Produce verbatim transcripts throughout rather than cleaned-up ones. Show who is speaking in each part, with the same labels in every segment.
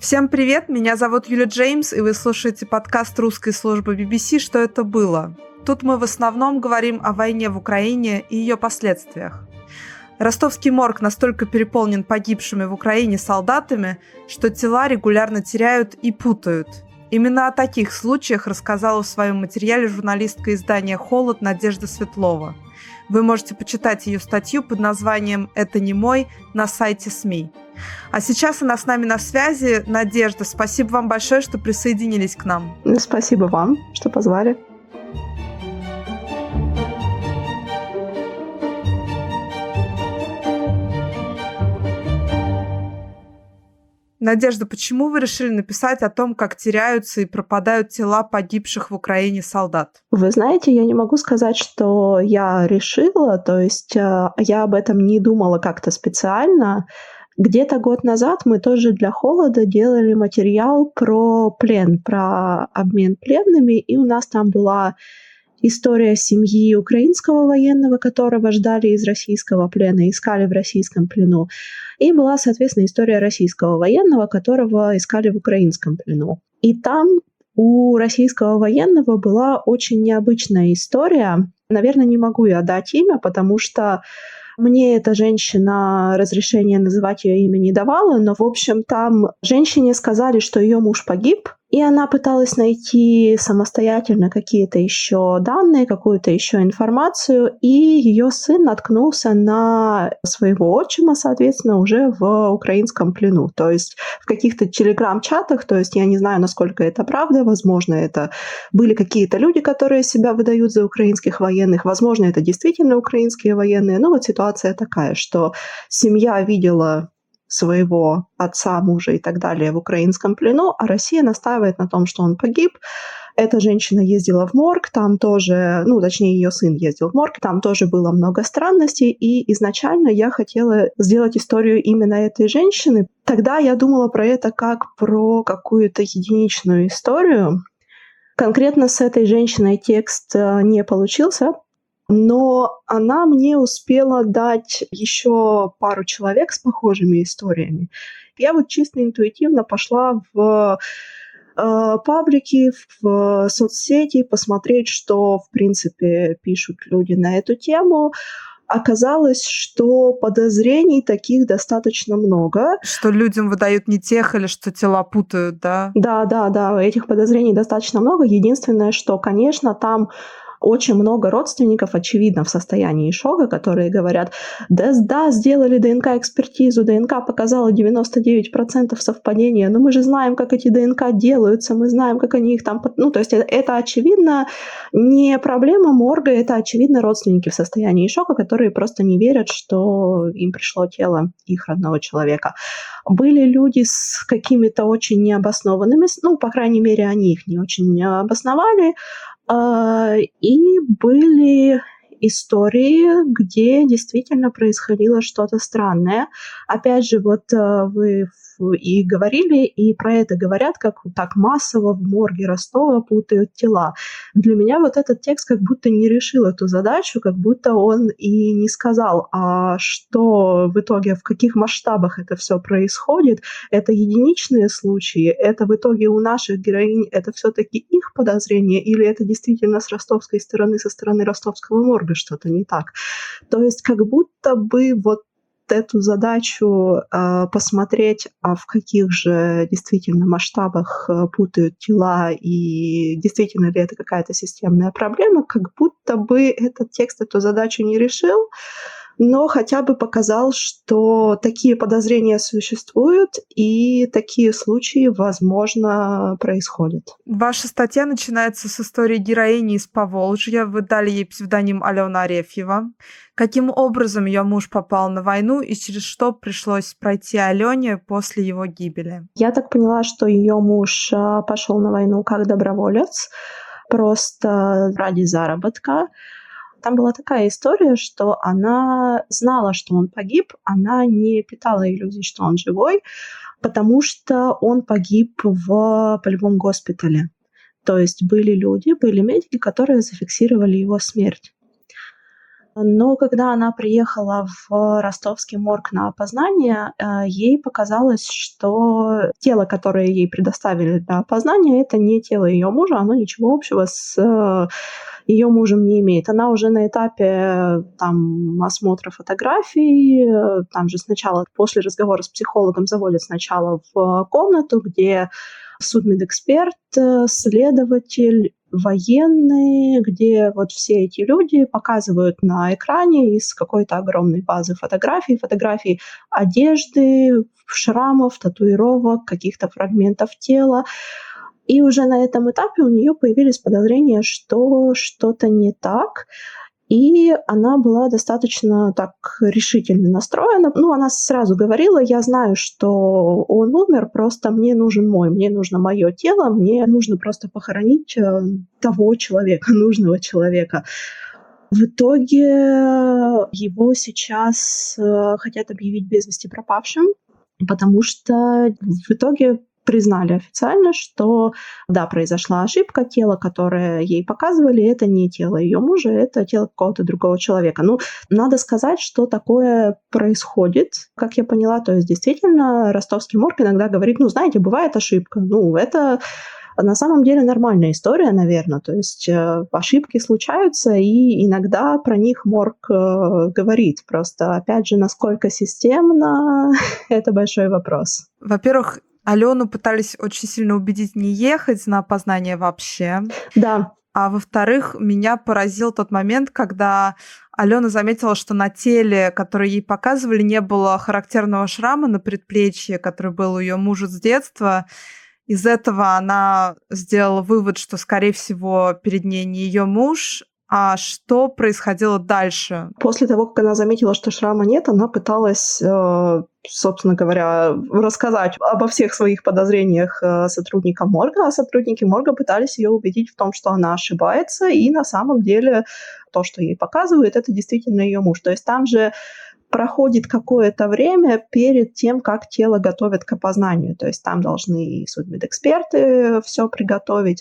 Speaker 1: Всем привет, меня зовут Юля Джеймс, и вы слушаете подкаст русской службы би би си «Что это было?». Тут мы в основном говорим о войне в Украине и ее последствиях. Ростовский морг настолько переполнен погибшими в Украине солдатами, что тела регулярно теряют и путают. Именно о таких случаях рассказала в своем материале журналистка издания «Холод» Надежда Светлова. Вы можете почитать ее статью под названием «Это не мой» на сайте СМИ. А сейчас она с нами на связи. Надежда, спасибо вам большое, что присоединились к нам.
Speaker 2: Спасибо вам, что позвали.
Speaker 1: Надежда, почему вы решили написать о том, как теряются и пропадают тела погибших в Украине солдат?
Speaker 2: Вы знаете, я не могу сказать, что я решила, то есть я об этом не думала как-то специально. Где-то год назад мы тоже для «Холода» делали материал про плен, про обмен пленными, и у нас там была история семьи украинского военного, которого ждали из российского плена, искали в российском плену. И была, соответственно, история российского военного, которого искали в украинском плену. И там у российского военного была очень необычная история. Наверное, не могу я дать имя, потому что мне эта женщина разрешения называть ее имя не давала, но, в общем, там женщине сказали, что ее муж погиб, и она пыталась найти самостоятельно какие-то еще данные, какую-то еще информацию, и ее сын наткнулся на своего отчима, соответственно, уже в украинском плену. То есть в каких-то телеграм-чатах, то есть я не знаю, насколько это правда, возможно, это были какие-то люди, которые себя выдают за украинских военных, возможно, это действительно украинские военные. Ну вот ситуация такая, что семья видела своего отца, мужа и так далее в украинском плену, а Россия настаивает на том, что он погиб. Эта женщина ездила в морг, там тоже, ну, точнее, ее сын ездил в морг, там тоже было много странностей, и изначально я хотела сделать историю именно этой женщины. Тогда я думала про это как про какую-то единичную историю. Конкретно с этой женщиной текст не получился, но она мне успела дать еще пару человек с похожими историями. Я вот чисто интуитивно пошла в э, паблики, в соцсети посмотреть, что, в принципе, пишут люди на эту тему. Оказалось, что подозрений таких достаточно много.
Speaker 1: Что людям выдают не тех или что тела путают, да?
Speaker 2: Да, да, да, этих подозрений достаточно много. Единственное, что, конечно, там очень много родственников, очевидно, в состоянии шока, которые говорят, да, да, сделали ДНК-экспертизу, ДНК показала девяносто девять процентов совпадения, но мы же знаем, как эти ДНК делаются, мы знаем, как они их там... Ну, то есть это, это очевидно не проблема морга, это очевидно родственники в состоянии шока, которые просто не верят, что им пришло тело их родного человека. Были люди с какими-то очень необоснованными, ну, по крайней мере, они их не очень обосновали, и были истории, где действительно происходило что-то странное. Опять же, вот вы и говорили, и про это говорят, как так массово в морге Ростова путают тела. Для меня вот этот текст как будто не решил эту задачу, как будто он и не сказал, а что в итоге, в каких масштабах это все происходит. Это единичные случаи, это в итоге у наших героинь, это все-таки их подозрение, или это действительно с ростовской стороны, со стороны ростовского морга что-то не так. То есть как будто бы вот эту задачу э, посмотреть, а в каких же действительно масштабах э, путают тела и действительно ли это какая-то системная проблема, как будто бы этот текст эту задачу не решил, но хотя бы показал, что такие подозрения существуют и такие случаи, возможно, происходят.
Speaker 1: Ваша статья начинается с истории героини из Поволжья. Вы дали ей псевдоним Алена Арефьева. Каким образом ее муж попал на войну и через что пришлось пройти Алене после его гибели?
Speaker 2: Я так поняла, что ее муж пошел на войну как доброволец, просто ради заработка. Там была такая история, что она знала, что он погиб, она не питала иллюзий, что он живой, потому что он погиб в полевом госпитале. То есть были люди, были медики, которые зафиксировали его смерть. Но когда она приехала в ростовский морг на опознание, ей показалось, что тело, которое ей предоставили для опознания, это не тело ее мужа, оно ничего общего с ее мужем не имеет. Она уже на этапе там, осмотра фотографий, там же сначала, после разговора с психологом, заводят сначала в комнату, где судмедэксперт, следователь, военные, где вот все эти люди показывают на экране из какой-то огромной базы фотографий, фотографий одежды, шрамов, татуировок, каких-то фрагментов тела. И уже на этом этапе у нее появились подозрения, что что-то не так. И она была достаточно так решительно настроена. Ну, она сразу говорила: я знаю, что он умер, просто мне нужен мой, мне нужно мое тело, мне нужно просто похоронить того человека, нужного человека. В итоге его сейчас хотят объявить без вести пропавшим, потому что в итоге признали официально, что да, произошла ошибка, тело, которое ей показывали, это не тело ее мужа, это тело какого-то другого человека. Ну, надо сказать, что такое происходит, как я поняла, то есть действительно ростовский морг иногда говорит: ну, знаете, бывает ошибка, ну, это на самом деле нормальная история, наверное, то есть э, ошибки случаются, и иногда про них морг э, говорит, просто, опять же, насколько системно, это большой вопрос.
Speaker 1: Во-первых, Алену пытались очень сильно убедить не ехать на опознание вообще.
Speaker 2: Да.
Speaker 1: А во-вторых, меня поразил тот момент, когда Алена заметила, что на теле, которое ей показывали, не было характерного шрама на предплечье, который был у ее мужа с детства. Из этого она сделала вывод, что, скорее всего, перед ней не ее муж. А что происходило дальше?
Speaker 2: После того, как она заметила, что шрама нет, она пыталась, собственно говоря, рассказать обо всех своих подозрениях сотрудникам морга, а сотрудники морга пытались ее убедить в том, что она ошибается, и на самом деле то, что ей показывают, это действительно ее муж. То есть там же проходит какое-то время перед тем, как тело готовят к опознанию. То есть там должны и судмедэксперты все приготовить.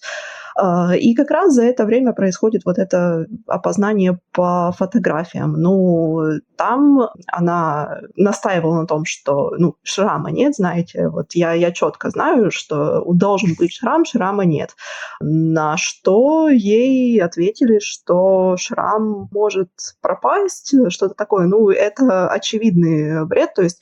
Speaker 2: И как раз за это время происходит вот это опознание по фотографиям. Ну, там она настаивала на том, что ну, шрама нет, знаете. Вот я, я четко знаю, что должен быть шрам, шрама нет. На что ей ответили, что шрам может пропасть, что-то такое. Ну, это очевидный бред. То есть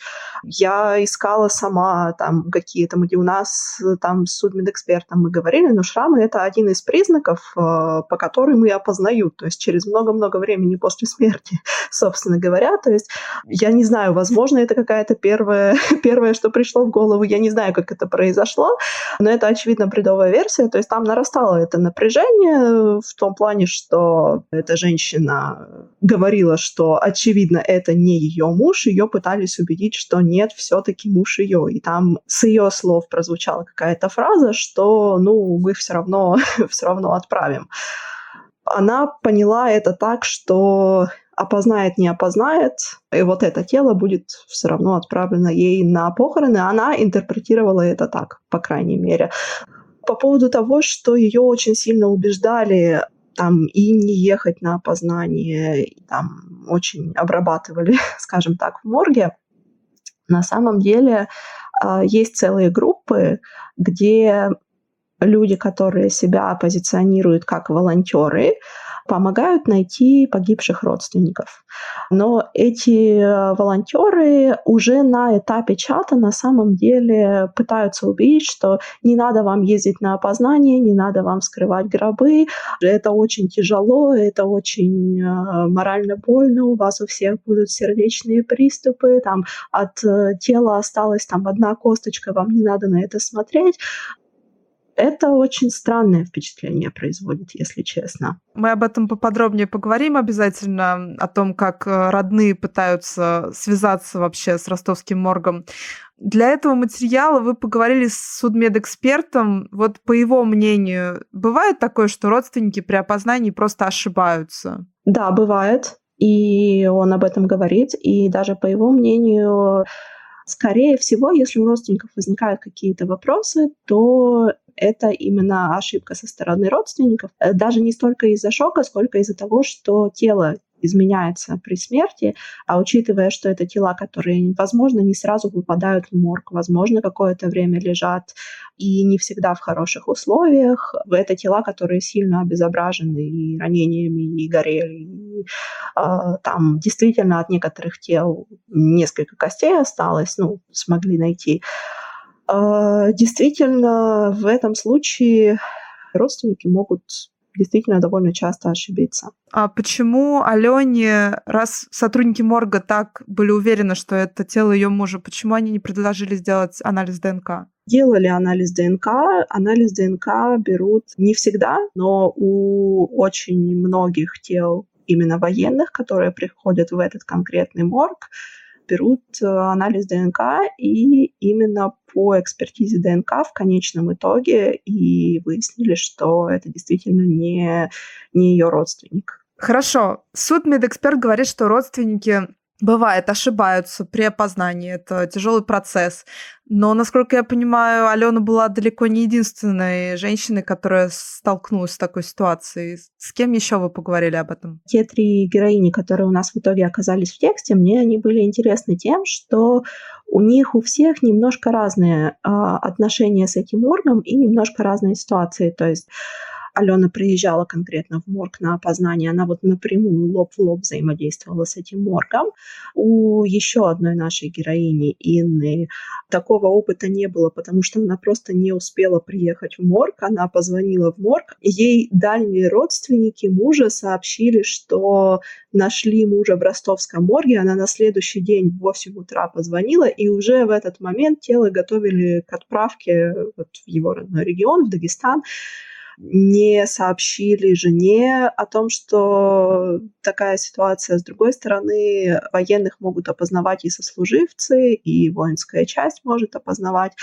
Speaker 2: я искала сама там какие-то... У нас там с судмедэкспертом мы говорили, но шрамы — это один из признаков, по которым и опознают, то есть через много-много времени после смерти, собственно говоря. То есть я не знаю, возможно, это какая-то первая, первое, что пришло в голову, я не знаю, как это произошло, но это, очевидно, бредовая версия, то есть там нарастало это напряжение в том плане, что эта женщина говорила, что, очевидно, это не ее муж, ее пытались убедить, что нет, все-таки муж ее, и там с ее слов прозвучала какая-то фраза, что, ну, мы все равно, все равно отправим. Она поняла это так, что опознает, не опознает, и вот это тело будет все равно отправлено ей на похороны. Она интерпретировала это так, по крайней мере. По поводу того, что ее очень сильно убеждали там и не ехать на опознание, и там очень обрабатывали, скажем так, в морге, на самом деле есть целые группы, где люди, которые себя позиционируют как волонтеры, помогают найти погибших родственников. Но эти волонтеры уже на этапе чата на самом деле пытаются убедить, что не надо вам ездить на опознание, не надо вам вскрывать гробы, это очень тяжело, это очень морально больно, у вас у всех будут сердечные приступы, там от тела осталась там одна косточка, вам не надо на это смотреть. Это очень странное впечатление производит, если честно.
Speaker 1: Мы об этом поподробнее поговорим обязательно, о том, как родные пытаются связаться вообще с ростовским моргом. Для этого материала вы поговорили с судмедэкспертом. Вот по его мнению, бывает такое, что родственники при опознании просто ошибаются?
Speaker 2: Да, бывает. И он об этом говорит. И даже по его мнению, скорее всего, если у родственников возникают какие-то вопросы, то это именно ошибка со стороны родственников. Даже не столько из-за шока, сколько из-за того, что тело изменяется при смерти, а учитывая, что это тела, которые, возможно, не сразу попадают в морг, возможно, какое-то время лежат и не всегда в хороших условиях, это тела, которые сильно обезображены и ранениями, и горели. И, э, там действительно от некоторых тел несколько костей осталось, ну, смогли найти. Э, действительно, в этом случае родственники могут действительно довольно часто ошибиться.
Speaker 1: А почему Алене, раз сотрудники морга так были уверены, что это тело ее мужа, почему они не предложили сделать анализ ДНК?
Speaker 2: Делали анализ ДНК. Анализ ДНК берут не всегда, но у очень многих тел именно военных, которые приходят в этот конкретный морг, берут анализ ДНК, и именно по экспертизе ДНК в конечном итоге и выяснили, что это действительно не, не ее родственник.
Speaker 1: Хорошо. Судмедэксперт говорит, что родственники, бывает, ошибаются при опознании. Это тяжелый процесс. Но, насколько я понимаю, Алена была далеко не единственной женщиной, которая столкнулась с такой ситуацией. С кем еще вы поговорили об этом?
Speaker 2: Те три героини, которые у нас в итоге оказались в тексте, мне они были интересны тем, что у них у всех немножко разные э, отношения с этим моргом и немножко разные ситуации. То есть Алена приезжала конкретно в морг на опознание, она вот напрямую лоб в лоб взаимодействовала с этим моргом. У еще одной нашей героини Инны такого опыта не было, потому что она просто не успела приехать в морг, она позвонила в морг, ей дальние родственники мужа сообщили, что нашли мужа в ростовском морге, она на следующий день в восемь утра позвонила, и уже в этот момент тело готовили к отправке вот в его родной регион, в Дагестан. Не сообщили жене о том, что такая ситуация. С другой стороны, военных могут опознавать и сослуживцы, и воинская часть может опознавать.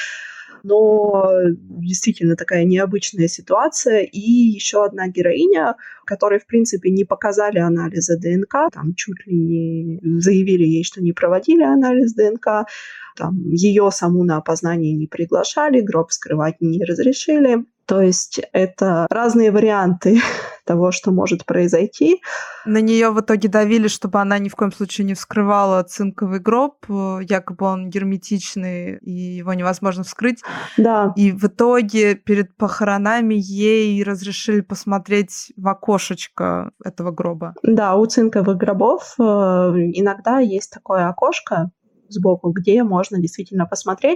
Speaker 2: Но действительно такая необычная ситуация. И еще одна героиня, которой, в принципе, не показали анализы ДНК, там чуть ли не заявили ей, что не проводили анализ ДНК, там, ее саму на опознание не приглашали, гроб вскрывать не разрешили. То есть это разные варианты того, что может произойти.
Speaker 1: На нее в итоге давили, чтобы она ни в коем случае не вскрывала цинковый гроб. Якобы он герметичный, и его невозможно вскрыть.
Speaker 2: Да.
Speaker 1: И в итоге перед похоронами ей разрешили посмотреть в окошечко этого гроба.
Speaker 2: Да, у цинковых гробов э, иногда есть такое окошко сбоку, где можно действительно посмотреть.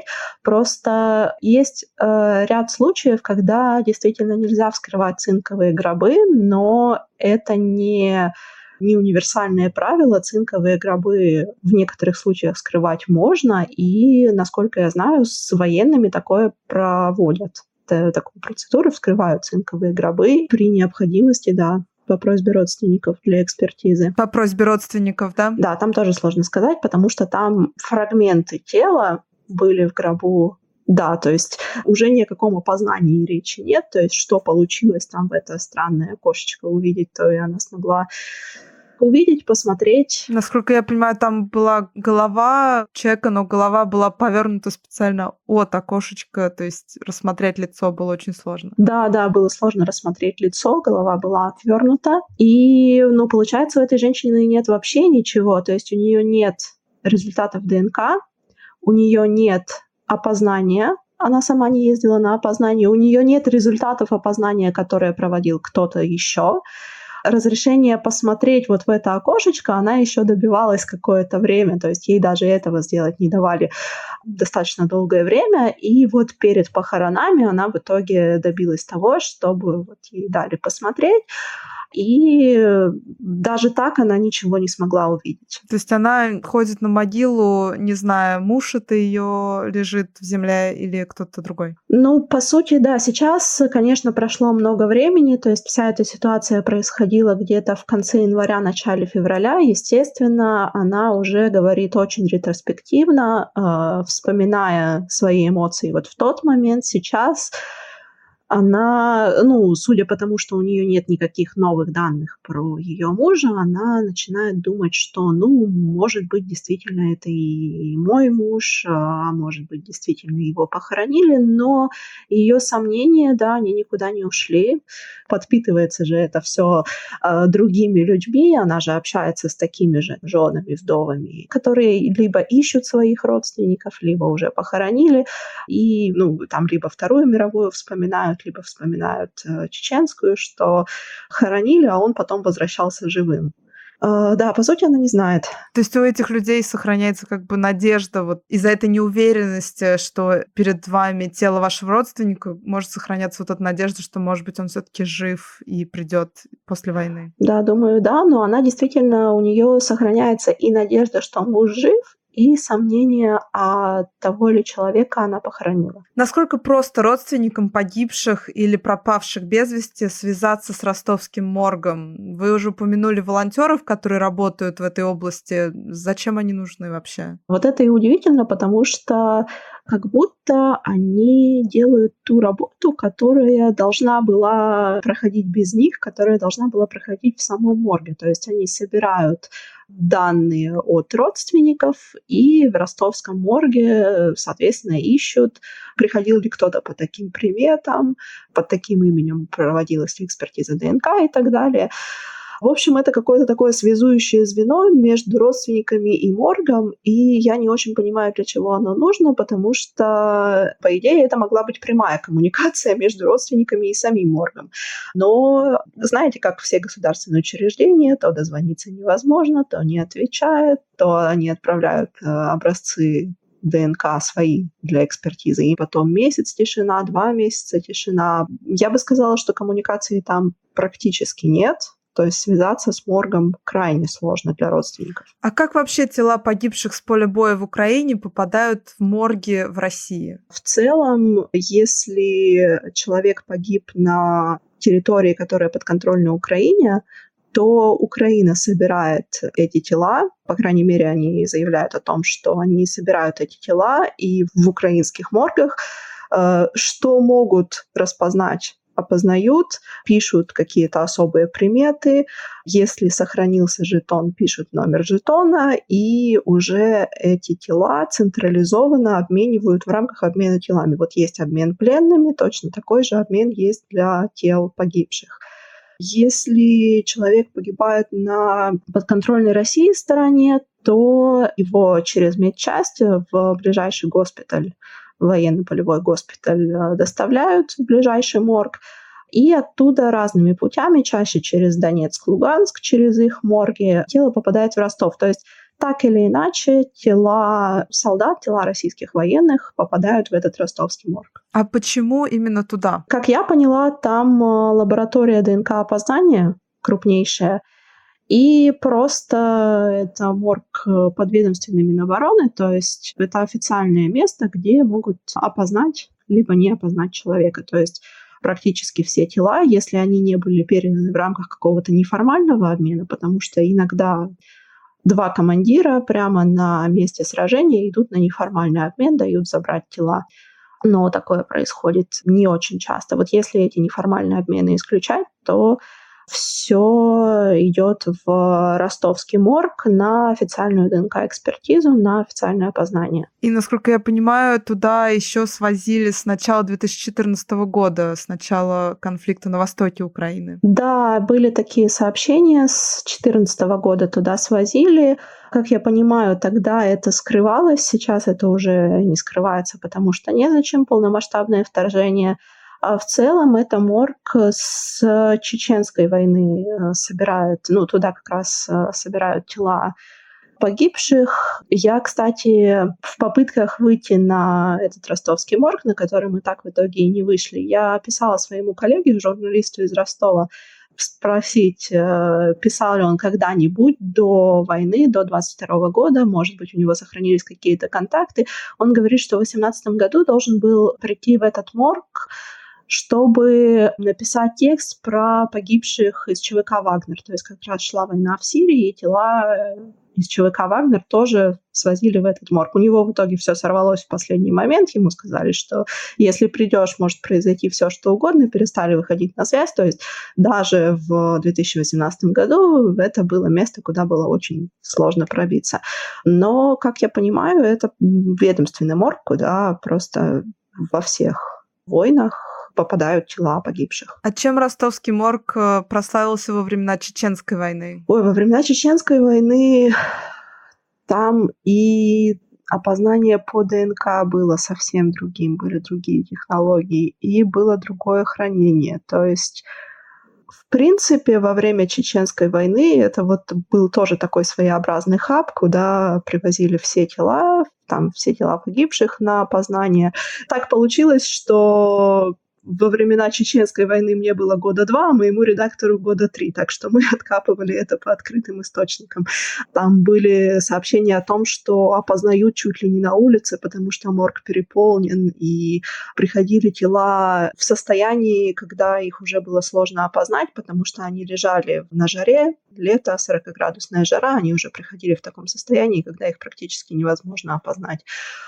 Speaker 2: Просто есть э, ряд случаев, когда действительно нельзя вскрывать цинковые гробы, но это не, не универсальное правило. Цинковые гробы в некоторых случаях вскрывать можно, и, насколько я знаю, с военными такое проводят. Такую процедуру вскрывают цинковые гробы при необходимости, да. По просьбе родственников для экспертизы.
Speaker 1: По просьбе родственников, да?
Speaker 2: Да, там тоже сложно сказать, потому что там фрагменты тела были в гробу. Да, то есть уже ни о каком опознании речи нет. То есть что получилось там в это странное окошечко увидеть, то и она смогла увидеть, посмотреть.
Speaker 1: Насколько я понимаю, там была голова человека, но голова была повернута специально от окошечка, то есть рассмотреть лицо было очень сложно.
Speaker 2: Да, да, было сложно рассмотреть лицо, голова была отвернута. И, ну, получается, у этой женщины нет вообще ничего, то есть у нее нет результатов ДНК, у нее нет опознания, она сама не ездила на опознание, у нее нет результатов опознания, которые проводил кто-то еще. Разрешение посмотреть вот в это окошечко она еще добивалась какое-то время, то есть ей даже этого сделать не давали достаточно долгое время, и вот перед похоронами она в итоге добилась того, чтобы вот ей дали посмотреть, и даже так она ничего не смогла увидеть.
Speaker 1: То есть она ходит на могилу, не зная, муж это ее лежит в земле или кто-то другой?
Speaker 2: Ну, по сути, да. Сейчас, конечно, прошло много времени, то есть вся эта ситуация происходила где-то в конце января, начале февраля. Естественно, она уже говорит очень ретроспективно, э, вспоминая свои эмоции вот в тот момент. Сейчас она, ну, судя по тому, что у нее нет никаких новых данных про ее мужа, она начинает думать, что, ну, может быть, действительно это и мой муж, а может быть, действительно его похоронили, но ее сомнения, да, они никуда не ушли. Подпитывается же это все э, другими людьми, она же общается с такими же женами, вдовами, которые либо ищут своих родственников, либо уже похоронили, и, ну, там либо Вторую мировую вспоминают, либо вспоминают э, чеченскую, что хоронили, а он потом возвращался живым. Э, да, по сути, она не знает.
Speaker 1: То есть у этих людей сохраняется как бы надежда вот из-за этой неуверенности, что перед вами тело вашего родственника, может сохраняться вот эта надежда, что, может быть, он все-таки жив и придет после войны.
Speaker 2: Да, думаю, да, но она действительно, у нее сохраняется и надежда, что муж жив, и сомнение, а того ли человека она похоронила.
Speaker 1: Насколько просто родственникам погибших или пропавших без вести связаться с ростовским моргом? Вы уже упомянули волонтеров, которые работают в этой области. Зачем они нужны вообще?
Speaker 2: Вот это и удивительно, потому что как будто они делают ту работу, которая должна была проходить без них, которая должна была проходить в самом морге. То есть они собирают данные от родственников и в ростовском морге, соответственно, ищут, приходил ли кто-то по таким приметам, под таким именем проводилась ли экспертиза ДНК и так далее. В общем, это какое-то такое связующее звено между родственниками и моргом, и я не очень понимаю, для чего оно нужно, потому что, по идее, это могла быть прямая коммуникация между родственниками и самим моргом. Но знаете, как все государственные учреждения, то дозвониться невозможно, то не отвечают, то они отправляют э, образцы ДНК свои для экспертизы, и потом месяц тишина, два месяца тишина. Я бы сказала, что коммуникации там практически нет. То есть связаться с моргом крайне сложно для родственников.
Speaker 1: А как вообще тела погибших с поля боя в Украине попадают в морги в России?
Speaker 2: В целом, если человек погиб на территории, которая подконтрольна Украине, то Украина собирает эти тела, по крайней мере, они заявляют о том, что они собирают эти тела, и в украинских моргах, что могут распознать, опознают, пишут какие-то особые приметы. Если сохранился жетон, пишут номер жетона, и уже эти тела централизованно обменивают в рамках обмена телами. Вот есть обмен пленными, точно такой же обмен есть для тел погибших. Если человек погибает на подконтрольной России стороне, то его через медчасть в ближайший госпиталь, военно-полевой госпиталь, доставляют в ближайший морг, и оттуда разными путями, чаще через Донецк, Луганск, через их морги, тело попадает в Ростов. То есть так или иначе тела солдат, тела российских военных попадают в этот ростовский морг.
Speaker 1: А почему именно туда?
Speaker 2: Как я поняла, там лаборатория ДНК-опознания крупнейшая, и просто это морг подведомственный Минобороны, то есть это официальное место, где могут опознать либо не опознать человека. То есть практически все тела, если они не были переданы в рамках какого-то неформального обмена, потому что иногда два командира прямо на месте сражения идут на неформальный обмен, дают забрать тела. Но такое происходит не очень часто. Вот если эти неформальные обмены исключать, то все идет в ростовский морг на официальную ДНК-экспертизу, на официальное опознание.
Speaker 1: И, насколько я понимаю, туда еще свозили с начала две тысячи четырнадцатого года, с начала конфликта на востоке Украины.
Speaker 2: Да, были такие сообщения, с две тысячи четырнадцатого года туда свозили. Как я понимаю, тогда это скрывалось, сейчас это уже не скрывается, потому что незачем, полномасштабное вторжение. А в целом это морг с чеченской войны собирают, ну, туда как раз собирают тела погибших. Я, кстати, в попытках выйти на этот ростовский морг, на который мы так в итоге и не вышли, я писала своему коллеге, журналисту из Ростова, спросить, писал ли он когда-нибудь до войны, до двадцать второго года, может быть, у него сохранились какие-то контакты. Он говорит, что в восемнадцатом году должен был прийти в этот морг, чтобы написать текст про погибших из ЧВК «Вагнер». То есть как раз шла война в Сирии, и тела из ЧВК «Вагнер» тоже свозили в этот морг. У него в итоге все сорвалось в последний момент. Ему сказали, что если придешь, может произойти все, что угодно, перестали выходить на связь. То есть даже в две тысячи восемнадцатом году это было место, куда было очень сложно пробиться. Но, как я понимаю, это ведомственный морг, куда просто во всех войнах попадают тела погибших.
Speaker 1: А чем ростовский морг прославился во времена Чеченской войны?
Speaker 2: Ой, во времена Чеченской войны там и опознание по ДНК было совсем другим, были другие технологии, и было другое хранение. То есть, в принципе, во время Чеченской войны это вот был тоже такой своеобразный хаб, куда привозили все тела, там все тела погибших на опознание. Так получилось, что во времена Чеченской войны мне было года два, а моему редактору года три, так что мы откапывали это по открытым источникам. Там были сообщения о том, что опознают чуть ли не на улице, потому что морг переполнен, и приходили тела в состоянии, когда их уже было сложно опознать, потому что они лежали на жаре, лето, сорокаградусная жара, они уже приходили в таком состоянии, когда их практически невозможно опознать.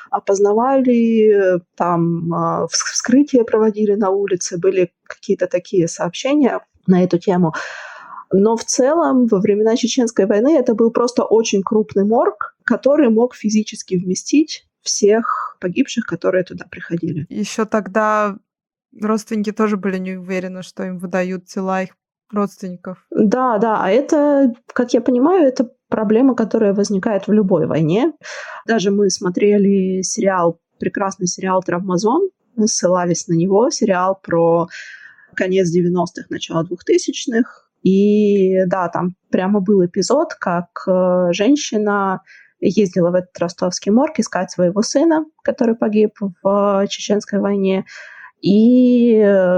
Speaker 2: Опознавали, там вскрытие проводили на улице, были какие-то такие сообщения на эту тему. Но в целом во времена Чеченской войны это был просто очень крупный морг, который мог физически вместить всех погибших, которые туда приходили.
Speaker 1: Еще тогда родственники тоже были не уверены, что им выдают тела их родственников.
Speaker 2: Да, да, а это, как я понимаю, это проблема, которая возникает в любой войне. Даже мы смотрели сериал, прекрасный сериал «Травмазон», ссылались на него, сериал про конец девяностых, начало двухтысячных. И да, там прямо был эпизод, как женщина ездила в этот ростовский морг искать своего сына, который погиб в Чеченской войне. И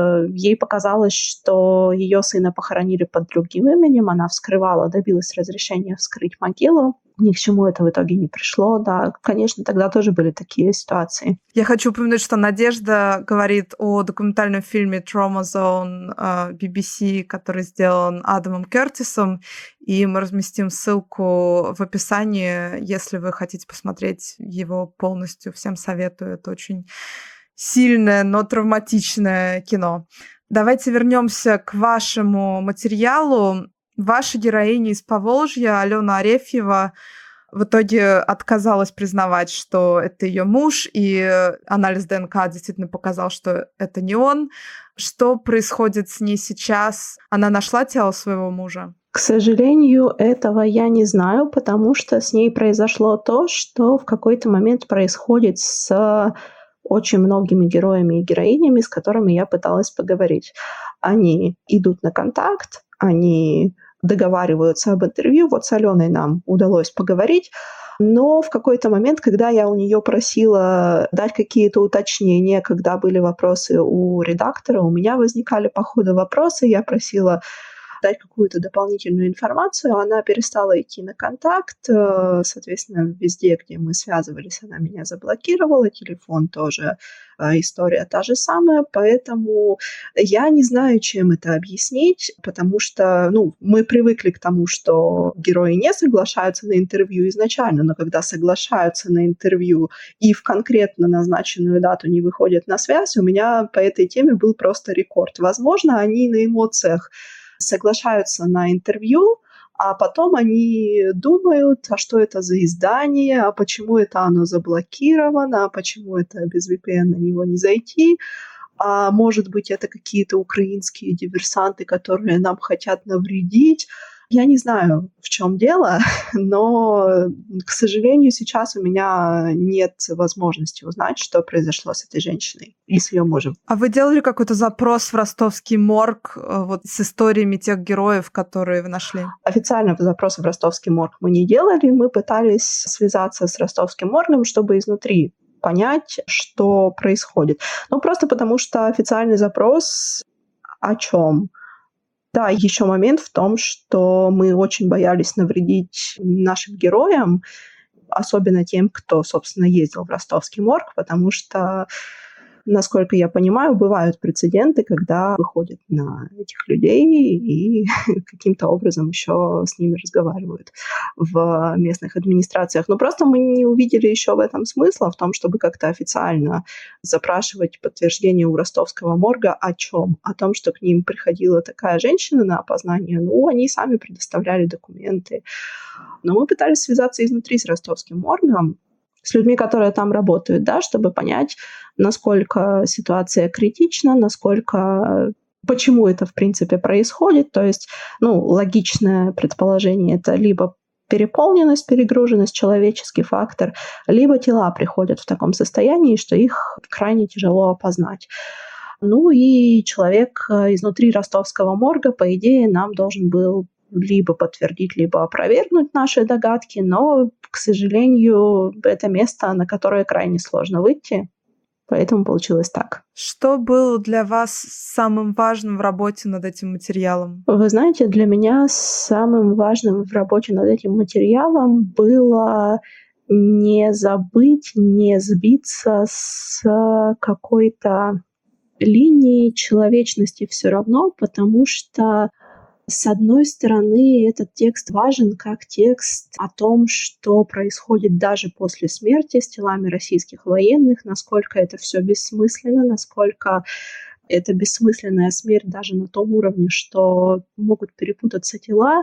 Speaker 2: ей показалось, что ее сына похоронили под другим именем. Она вскрывала, добилась разрешения вскрыть могилу. Ни к чему это в итоге не пришло. Да, конечно, тогда тоже были такие ситуации.
Speaker 1: Я хочу упомянуть, что Надежда говорит о документальном фильме Trauma Zone би би си, который сделан Адамом Кертисом. И мы разместим ссылку в описании, если вы хотите посмотреть его полностью. Всем советую. Это очень сильное, но травматичное кино. Давайте вернемся к вашему материалу. Ваша героиня из Поволжья, Алена Арефьева, в итоге отказалась признавать, что это ее муж, и анализ ДНК действительно показал, что это не он. Что происходит с ней сейчас? Она нашла тело своего мужа?
Speaker 2: К сожалению, этого я не знаю, потому что с ней произошло то, что в какой-то момент происходит с очень многими героями и героинями, с которыми я пыталась поговорить. Они идут на контакт, они договариваются об интервью. Вот с Аленой нам удалось поговорить. Но в какой-то момент, когда я у нее просила дать какие-то уточнения, когда были вопросы у редактора, у меня возникали по ходу вопросы, я просила дать какую-то дополнительную информацию, она перестала идти на контакт, соответственно, везде, где мы связывались, она меня заблокировала, телефон тоже, история та же самая, поэтому я не знаю, чем это объяснить, потому что, ну, мы привыкли к тому, что герои не соглашаются на интервью изначально, но когда соглашаются на интервью и в конкретно назначенную дату не выходят на связь, у меня по этой теме был просто рекорд. Возможно, они на эмоциях соглашаются на интервью, а потом они думают, а что это за издание, а почему это оно заблокировано, а почему это без ви пи эн на него не зайти, а может быть, это какие-то украинские диверсанты, которые нам хотят навредить. Я не знаю, в чем дело, но, к сожалению, сейчас у меня нет возможности узнать, что произошло с этой женщиной и с ее мужем.
Speaker 1: А вы делали какой-то запрос в ростовский морг вот, с историями тех героев, которые вы нашли?
Speaker 2: Официально запрос в ростовский морг мы не делали. Мы пытались связаться с ростовским моргом, чтобы изнутри понять, что происходит. Ну, просто потому что официальный запрос о чем? Да, еще момент в том, что мы очень боялись навредить нашим героям, особенно тем, кто, собственно, ездил в ростовский морг, потому что насколько я понимаю, бывают прецеденты, когда выходят на этих людей и каким-то образом еще с ними разговаривают в местных администрациях. Но просто мы не увидели еще в этом смысла, в том, чтобы как-то официально запрашивать подтверждение у ростовского морга о чем? О том, что к ним приходила такая женщина на опознание. Ну, они сами предоставляли документы. Но мы пытались связаться изнутри с ростовским моргом, с людьми, которые там работают, да, чтобы понять, насколько ситуация критична, насколько, почему это, в принципе, происходит. То есть, ну, логичное предположение – это либо переполненность, перегруженность, человеческий фактор, либо тела приходят в таком состоянии, что их крайне тяжело опознать. Ну и человек изнутри ростовского морга, по идее, нам должен был либо подтвердить, либо опровергнуть наши догадки, но, к сожалению, это место, на которое крайне сложно выйти, поэтому получилось так.
Speaker 1: Что было для вас самым важным в работе над этим материалом?
Speaker 2: Вы знаете, для меня самым важным в работе над этим материалом было не забыть, не сбиться с какой-то линии человечности все равно, потому что с одной стороны, этот текст важен как текст о том, что происходит даже после смерти с телами российских военных, насколько это все бессмысленно, насколько это бессмысленная смерть даже на том уровне, что могут перепутаться тела.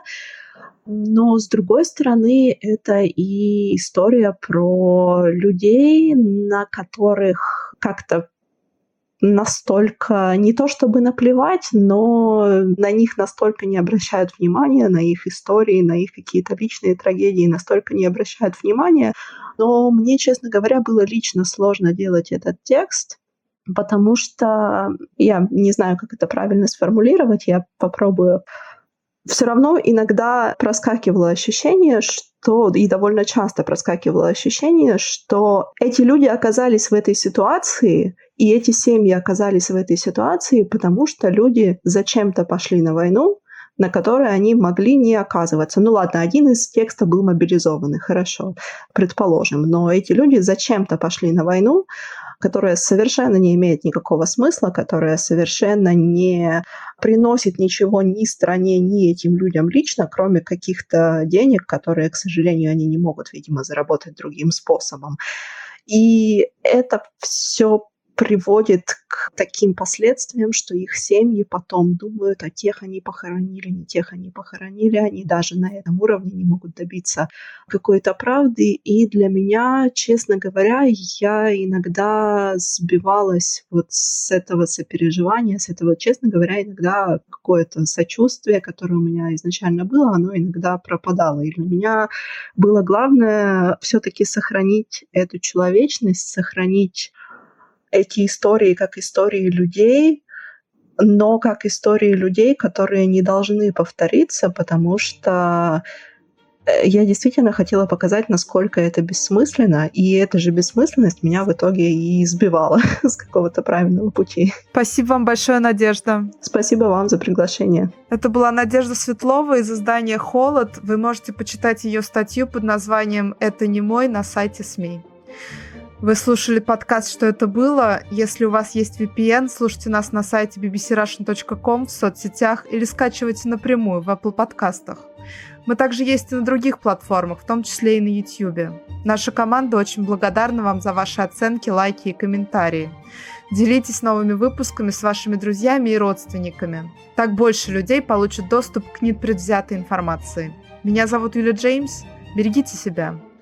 Speaker 2: Но, с другой стороны, это и история про людей, на которых как-то настолько, не то чтобы наплевать, но на них настолько не обращают внимания, на их истории, на их какие-то личные трагедии настолько не обращают внимания. Но мне, честно говоря, было лично сложно делать этот текст, потому что я не знаю, как это правильно сформулировать, я попробую. Все равно иногда проскакивало ощущение, что, и довольно часто проскакивало ощущение, что эти люди оказались в этой ситуации, и эти семьи оказались в этой ситуации, потому что люди зачем-то пошли на войну, на которой они могли не оказываться. Ну ладно, один из текстов был мобилизованный, хорошо, предположим, но эти люди зачем-то пошли на войну, которая совершенно не имеет никакого смысла, которая совершенно не приносит ничего ни стране, ни этим людям лично, кроме каких-то денег, которые, к сожалению, они не могут, видимо, заработать другим способом. И это все приводит к таким последствиям, что их семьи потом думают, а тех они похоронили, не тех они похоронили, они даже на этом уровне не могут добиться какой-то правды. И для меня, честно говоря, я иногда сбивалась вот с этого сопереживания, с этого, честно говоря, иногда какое-то сочувствие, которое у меня изначально было, оно иногда пропадало. И для меня было главное все-таки сохранить эту человечность, сохранить эти истории как истории людей, но как истории людей, которые не должны повториться, потому что я действительно хотела показать, насколько это бессмысленно, и эта же бессмысленность меня в итоге и сбивала с какого-то правильного пути.
Speaker 1: Спасибо вам большое, Надежда.
Speaker 2: Спасибо вам за приглашение.
Speaker 1: Это была Надежда Светлова из издания «Холод». Вы можете почитать ее статью под названием «Это не мой» на сайте СМИ. Вы слушали подкаст «Что это было?». Если у вас есть ви пи эн, слушайте нас на сайте би би си раша точка ком, в соцсетях или скачивайте напрямую в Apple подкастах. Мы также есть и на других платформах, в том числе и на YouTube. Наша команда очень благодарна вам за ваши оценки, лайки и комментарии. Делитесь новыми выпусками с вашими друзьями и родственниками. Так больше людей получат доступ к непредвзятой информации. Меня зовут Юлия Джеймс. Берегите себя.